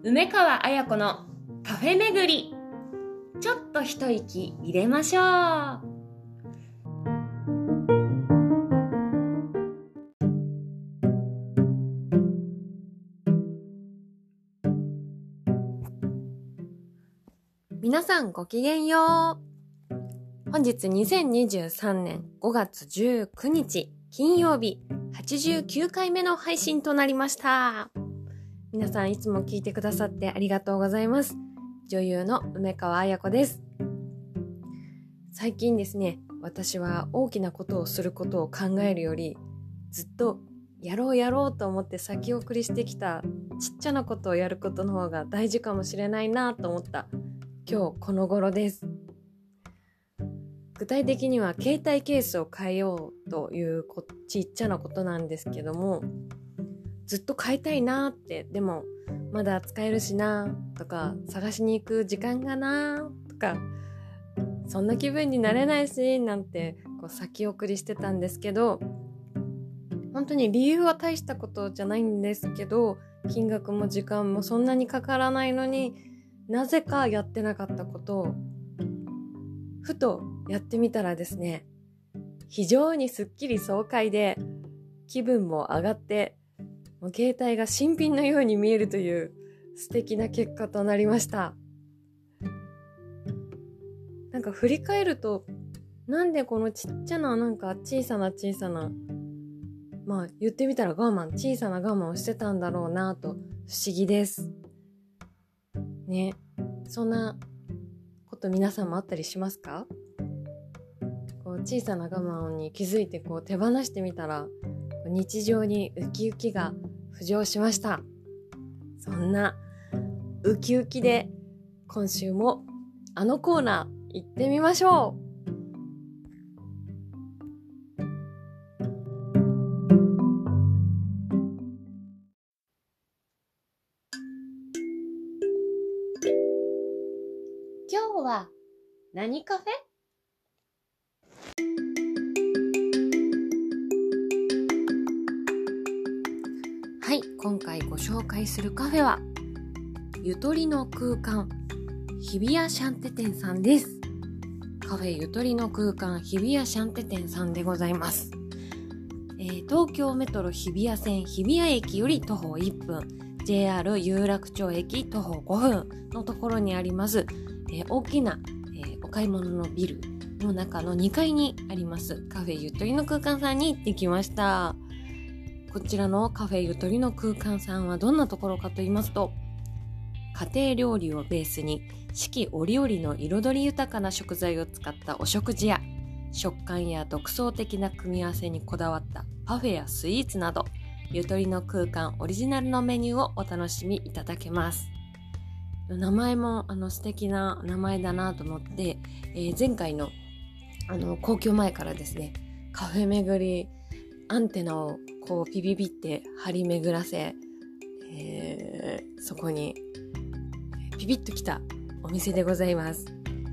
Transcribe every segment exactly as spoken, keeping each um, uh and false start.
梅川彩子のカフェ巡り。ちょっと一息入れましょう。皆さんごきげんよう。本日にせんにじゅうさんねんごがつじゅうくにち金曜日、はちじゅうきゅうかいめの配信となりました。皆さんいつも聞いてくださってありがとうございます。女優の梅川彩子です。最近ですね、私は大きなことをすることを考えるより、ずっとやろうやろうと思って先送りしてきたちっちゃなことをやることの方が大事かもしれないなと思った今日この頃です。具体的には携帯ケースを変えようというこちっちゃなことなんですけども、ずっと変えたいなって、でもまだ使えるしなとか、探しに行く時間がなとか、そんな気分になれないしなんてこう先送りしてたんですけど、本当に理由は大したことじゃないんですけど、金額も時間もそんなにかからないのになぜかやってなかったことをふとやってみたらですね、非常にすっきり爽快で気分も上がって、もう携帯が新品のように見えるという素敵な結果となりました。なんか振り返ると、なんでこのちっちゃななんか小さな小さな、まあ言ってみたら我慢、小さな我慢をしてたんだろうなと不思議ですね。そんなこと皆さんもあったりしますか？こう小さな我慢に気づいてこう手放してみたら、日常にウキウキが浮上しました。そんなウキウキで今週もあのコーナー行ってみましょう。今日は何カフェ？はい、今回ご紹介するカフェはゆとりの空間日比谷シャンテ店さんです。カフェゆとりの空間日比谷シャンテ店さんでございます。えー、東京メトロ日比谷線日比谷駅より徒歩いっぷん、 ジェイアール 有楽町駅徒歩ごふんのところにあります、えー、大きな、えー、お買い物のビルの中のにかいにありますカフェゆとりの空間さんに行ってきました。こちらのカフェゆとりの空間さんはどんなところかと言いますと、家庭料理をベースに四季折々の彩り豊かな食材を使ったお食事や、食感や独創的な組み合わせにこだわったパフェやスイーツなど、ゆとりの空間オリジナルのメニューをお楽しみいただけます。名前もあの素敵な名前だなと思って、えー、前回のあの皇居前からですね、カフェ巡りアンテナをこうピピピって張り巡らせ、えー、そこにピピッときたお店でございます。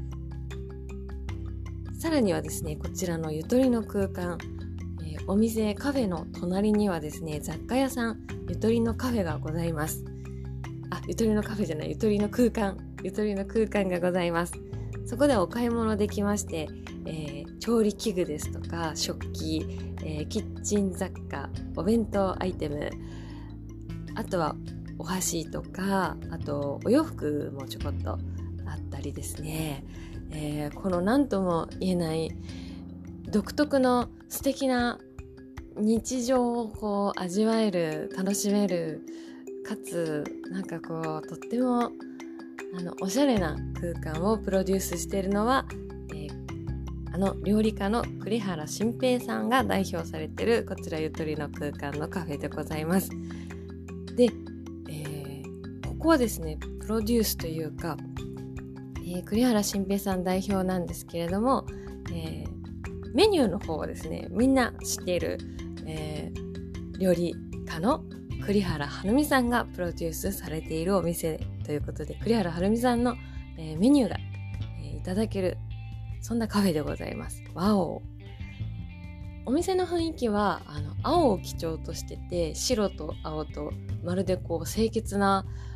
さらにはですね、こちらのゆとりの空間、えー、お店カフェの隣にはですね、雑貨屋さんゆとりのカフェがございます。あ、ゆとりのカフェじゃない、ゆとりの空間ゆとりの空間がございます。そこでお買い物できまして、えー、調理器具ですとか食器、えー、キッチン雑貨、お弁当アイテム、あとはお箸とか、あとお洋服もちょこっとあったりですね、えー、この何とも言えない独特の素敵な日常をこう味わえる、楽しめる、かつなんかこうとってもあのおしゃれな空間をプロデュースしているのは、えー、あの料理家の栗原心平さんが代表されているこちらゆとりの空間のカフェでございます。で、えー、ここはですね、プロデュースというか、えー、栗原心平さん代表なんですけれども、えー、メニューの方はですね、みんな知っている、えー、料理家の栗原はるみさんがプロデュースされているお店ということで、栗原はるみさんの、えー、メニューが、えー、いただける、そんなカフェでございます。わお。お店の雰囲気はあの青を基調としてて、白と青とまるでこう清潔な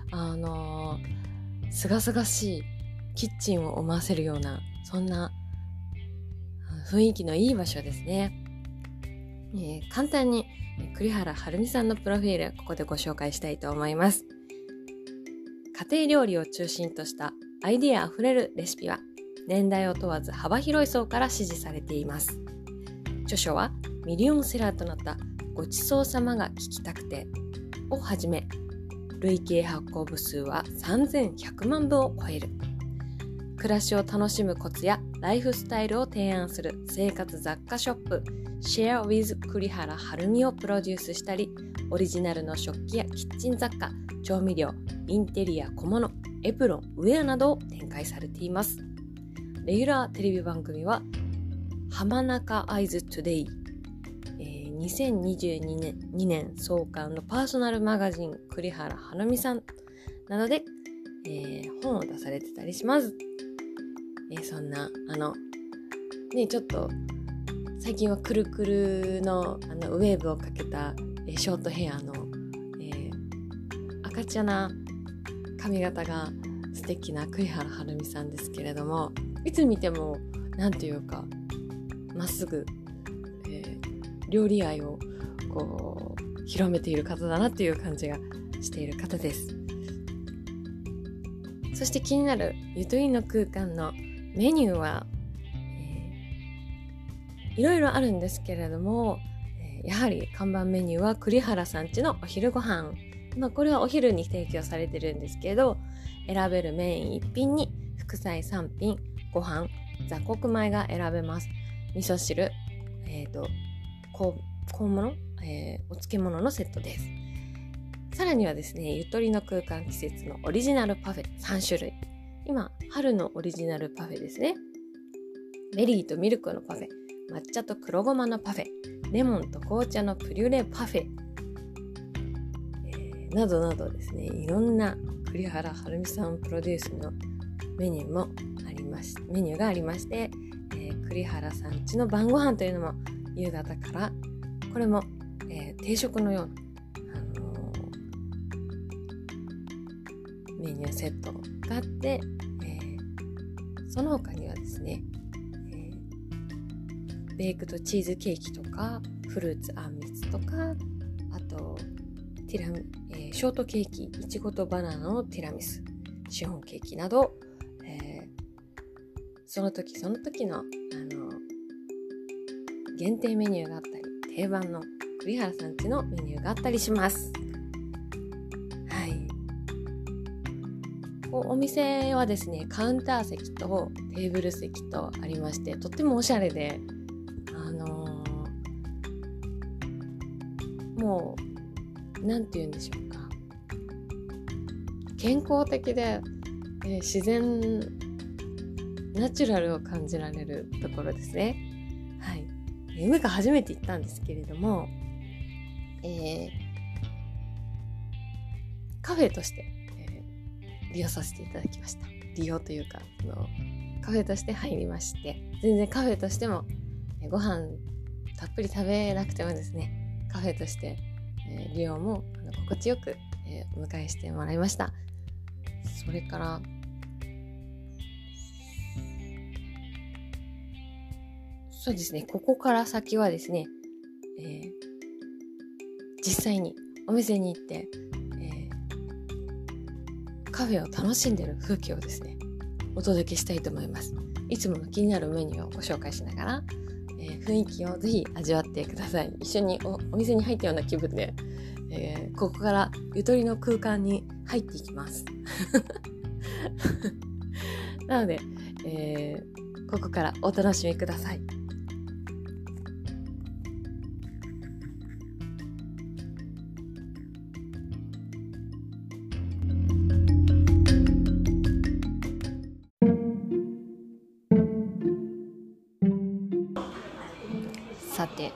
あのすがすがしいキッチンを思わせるような、そんな雰囲気のいい場所ですね。えー、簡単に栗原はるみさんのプロフィール、ここでご紹介したいと思います。家庭料理を中心としたアイディアあふれるレシピは年代を問わず幅広い層から支持されています。著書はミリオンセラーとなったごちそうさまが聞きたくてをはじめ、累計発行部数はさんぜんひゃくまんぶを超える。暮らしを楽しむコツやライフスタイルを提案する生活雑貨ショップ Share with 栗原はるみをプロデュースしたり、オリジナルの食器やキッチン雑貨、調味料、インテリア、小物、エプロン、ウェアなどを展開されています。レギュラーテレビ番組は浜中アイズトゥデイ、えー、にせんにじゅうにねん創刊のパーソナルマガジン栗原はるみさんなどで、えー、本を出されてたりします。えー、そんなあのねちょっと最近はくるくる の, あのウェーブをかけた、えー、ショートヘアの、えー、赤ちゃな髪型が素敵な栗原はるみさんですけれども、いつ見てもなんていうかまっすぐ、えー、料理愛をこう広めている方だなっていう感じがしている方です。そして気になるゆとりの空間のメニューは、えー、いろいろあるんですけれども、えー、やはり看板メニューは栗原さん家のお昼ご飯、まあ、これはお昼に提供されてるんですけど、選べるメインいっぴんに副菜さんぴん、ご飯、雑穀米が選べます。味噌汁、えーと、こう、こうもの、えー、お漬物のセットです。さらにはですね、ゆとりの空間季節のオリジナルパフェさんしゅるい。今、春のオリジナルパフェですね。ベリーとミルクのパフェ、抹茶と黒ごまのパフェ、レモンと紅茶のプリュレパフェ、えー、などなどですね、いろんな栗原はるみさんプロデュースのメニューもありましメニューがありまして、えー、栗原さん家の晩ご飯というのも夕方からこれも、えー、定食のような、あのー、メニューセットがあって、えー、その他にはですね、えー、ベイクドチーズケーキとかフルーツあんみつとか、あとティラミ、えー、ショートケーキ、いちごとバナナのティラミス、シフォンケーキなど、えー、その時その時の、あの限定メニューがあったり、定番の栗原さん家のメニューがあったりします。はい。お店はですね、カウンター席とテーブル席とありまして、とってもおしゃれで、あのー、もうなんて言うんでしょうか、健康的で、えー、自然ナチュラルを感じられるところですね。はい。夢が初めて行ったんですけれども、えー、カフェとして、えー、利用させていただきました。利用というか、あのカフェとして入りまして、全然カフェとしても、えー、ご飯たっぷり食べなくてもですね、カフェとして、えー、利用もあの心地よく、えー、お迎えしてもらいました。それからそうですね、ここから先はですね、えー、実際にお店に行って、えー、カフェを楽しんでる風景をですね、お届けしたいと思います。いつもの気になるメニューをご紹介しながら、えー、雰囲気をぜひ味わってください。一緒に お, お店に入ったような気分で、えー、ここからゆとりの空間に入っていきますなので、えー、ここからお楽しみください。さて、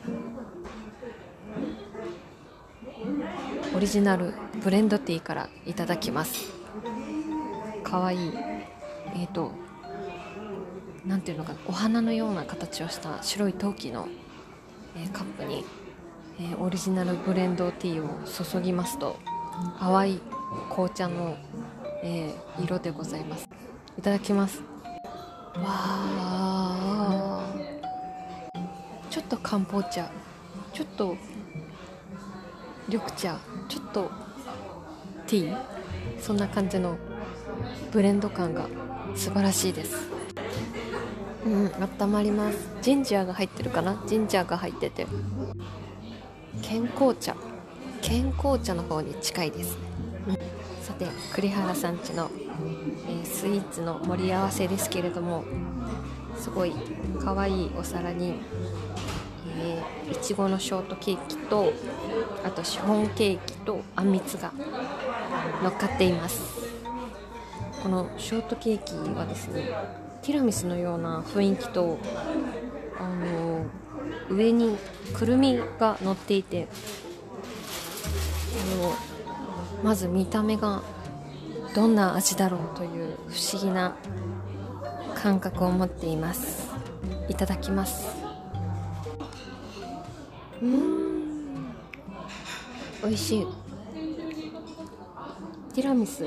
オリジナルブレンドティーからいただきます。かわいい、えーとなんていうのかな、お花のような形をした白い陶器の、えー、カップに、えー、オリジナルブレンドティーを注ぎますと、淡い紅茶の、えー、色でございます。いただきます。わー、ちょっと漢方茶、ちょっと緑茶、ちょっとティー、そんな感じのブレンド感が素晴らしいです。うん、温まります。ジンジャーが入ってるかな。ジンジャーが入ってて、健康茶健康茶の方に近いですね。うん、さて栗原さん家の、えー、スイーツの盛り合わせですけれども、すごいかわいいお皿に、えー、いちごのショートケーキと、あとシフォンケーキとあんみつが乗っかっています。このショートケーキはですね、ティラミスのような雰囲気と、あのー、上にくるみが乗っていて、あのまず見た目がどんな味だろうという不思議な感覚を持っています。いただきます。うーん、美味しい。ティラミス、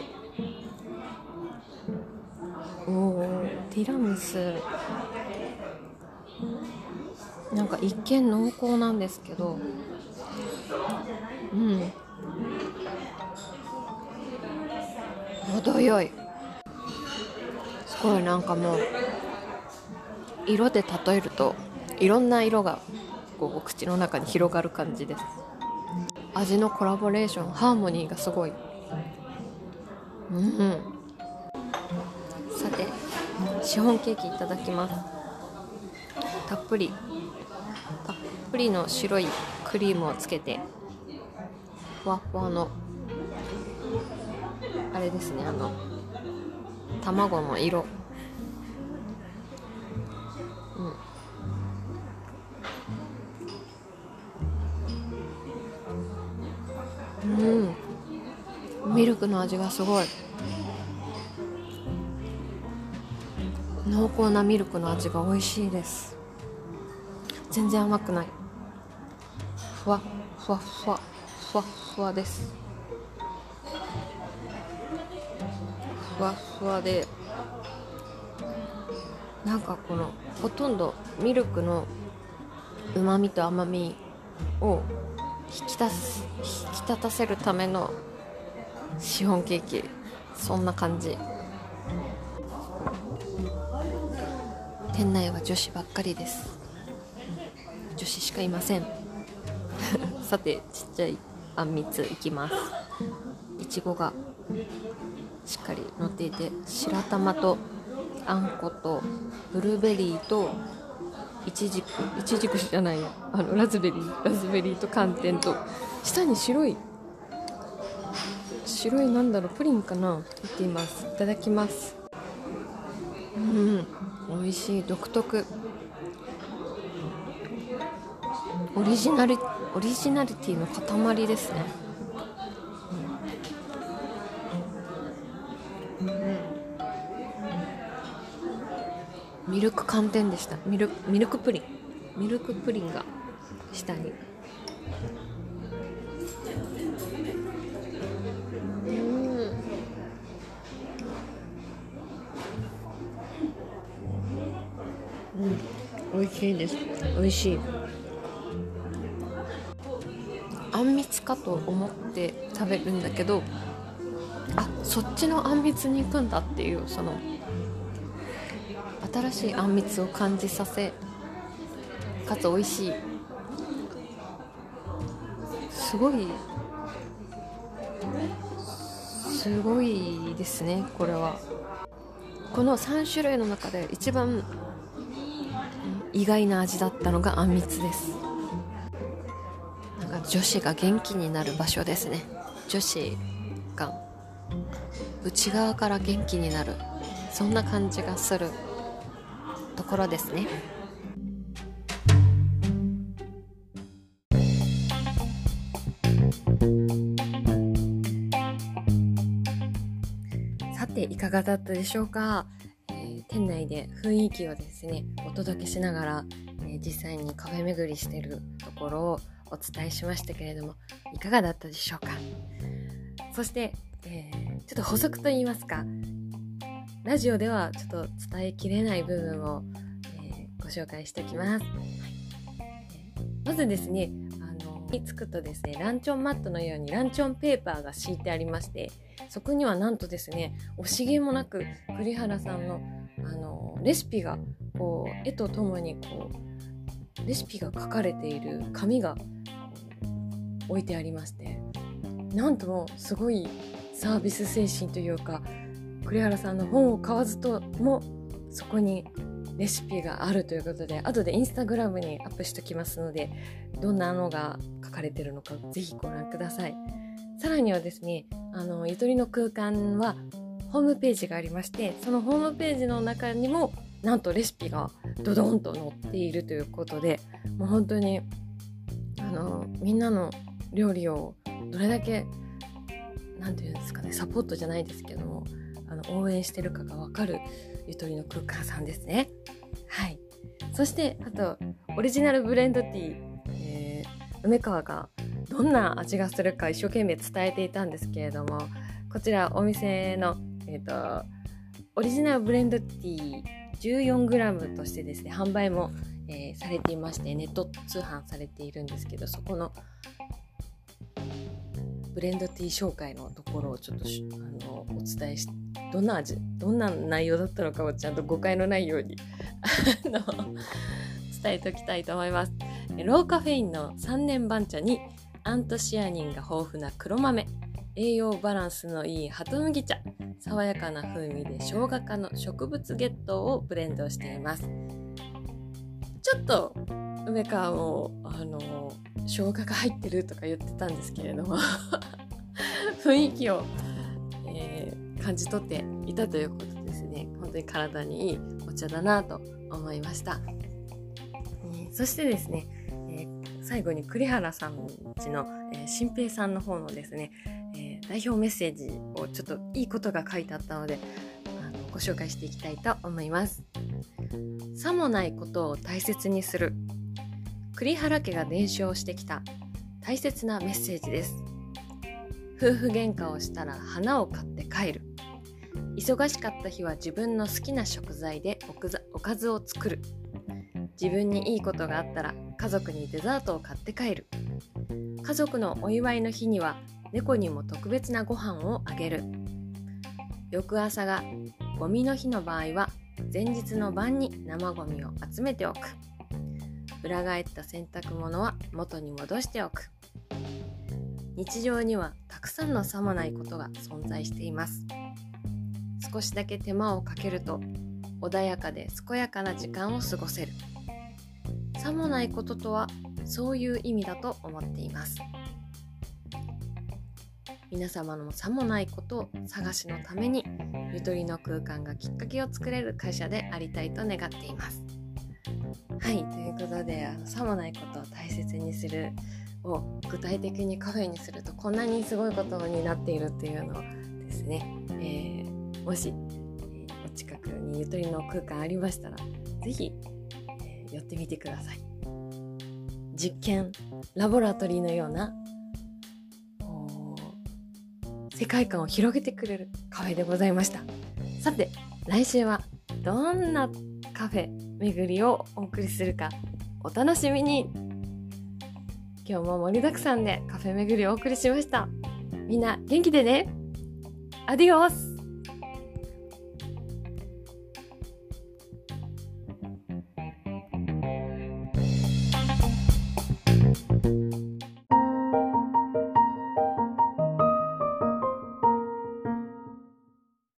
おー、ティラミスなんか一見濃厚なんですけど、うん、程よい。すごい、なんかもう色で例えるといろんな色がこう口の中に広がる感じです。味のコラボレーション、ハーモニーがすごい。うん、さてシフォンケーキいただきます。たっぷりたっぷりの白いクリームをつけて、ふわふわのあれですね、あの卵の色、うん、うん、ミルクの味がすごい。濃厚なミルクの味が美味しいです。全然甘くない。ふわふわふわふわふわです。ふわふわで、なんかこのほとんどミルクのうまみと甘みを引き出す引き立たせるためのシフォンケーキ、そんな感じ。店内は女子ばっかりです。女子しかいません。さてちっちゃいあんみついきます。いちごがしっかり乗っていて、白玉とあんことブルーベリーといちじくいちじくじゃないやあのラズベリーラズベリーと寒天と、下に白い白いなんだろう、プリンかな、入っています。いただきます。うん、美味しい。独特、オリジナルオリジナリティの塊ですね。うんうん、ミルク寒天でした。ミルミルクプリンミルクプリンが下に。うん、美味しいです。美味しい。あんみつかと思って食べるんだけど、あ、そっちのあんみつに行くんだっていう、その新しいあんみつを感じさせ、かつ美味しい。すごいすごいですね。これはこのさん種類の中で一番意外な味だったのがあんみつです。なんか女子が元気になる場所ですね。女子が内側から元気になる、そんな感じがするところですね。さていかがだったでしょうか。えー、店内で雰囲気をですねお届けしながら、えー、実際にカフェ巡りしているところをお伝えしましたけれども、いかがだったでしょうか。そしてえー、ちょっと補足と言いますか、ラジオではちょっと伝えきれない部分を、えー、ご紹介しておきます。はい、えー、まずですね、あのにつくとですね、ランチョンマットのようにランチョンペーパーが敷いてありまして、そこにはなんとですね、惜しげもなく栗原さんの、あのレシピがこう絵とともにこうレシピが書かれている紙が置いてありまして、なんともすごいサービス精神というか、栗原さんの本を買わずともそこにレシピがあるということで、後でインスタグラムにアップしておきますので、どんなのが書かれているのかぜひご覧ください。さらにはですね、あのゆとりの空間はホームページがありまして、そのホームページの中にもなんとレシピがドドンと載っているということで、もう本当にあのみんなの料理をどれだけなんていうんですかね、サポートじゃないですけども、あの応援してるかが分かるゆとりの空間さんですね。はい。そしてあとオリジナルブレンドティー、えー、梅川がどんな味がするか一生懸命伝えていたんですけれども、こちらお店の、えーと、オリジナルブレンドティー じゅうよんグラム としてですね、販売も、えー、されていまして、ネット通販されているんですけど、そこのブレンドティー紹介のところをちょっとあのお伝えし、どんな味、どんな内容だったのかをちゃんと誤解のないようにあの伝えておきたいと思います。ローカフェインのさんねん番茶にアントシアニンが豊富な黒豆、栄養バランスのいいハトムギ茶、爽やかな風味で生姜科の植物月桃をブレンドしています。ちょっと梅川もあの生姜が入ってるとか言ってたんですけれども雰囲気を、えー、感じ取っていたということですね。本当に体にいいお茶だなと思いました。えー、そしてですね、えー、最後に栗原さんちの、えー、新平さんの方のですね、えー、代表メッセージをちょっといいことが書いてあったので、あのご紹介していきたいと思います。さもないことを大切にする、栗原家が伝承してきた大切なメッセージです。夫婦喧嘩をしたら花を買って帰る。忙しかった日は自分の好きな食材でおくざおかずを作る。自分にいいことがあったら家族にデザートを買って帰る。家族のお祝いの日には猫にも特別なご飯をあげる。翌朝がゴミの日の場合は前日の晩に生ゴミを集めておく。裏返った洗濯物は元に戻しておく。日常にはたくさんのさもないことが存在しています。少しだけ手間をかけると穏やかで健やかな時間を過ごせる。さもないこととはそういう意味だと思っています。皆様のさもないことを探しのためにゆとりの空間がきっかけを作れる会社でありたいと願っています。はい、ということで、あのさもないことを大切にするを具体的にカフェにするとこんなにすごいことになっているっていうのをですね、えー、もし、えー、お近くにゆとりの空間ありましたらぜひ、えー、寄ってみてください。実験ラボラトリーのような世界観を広げてくれるカフェでございました。さて来週はどんなカフェ巡りをお送りするかお楽しみに。今日も盛りだくさんでカフェ巡りをお送りしました。みんな元気でね。アディオス。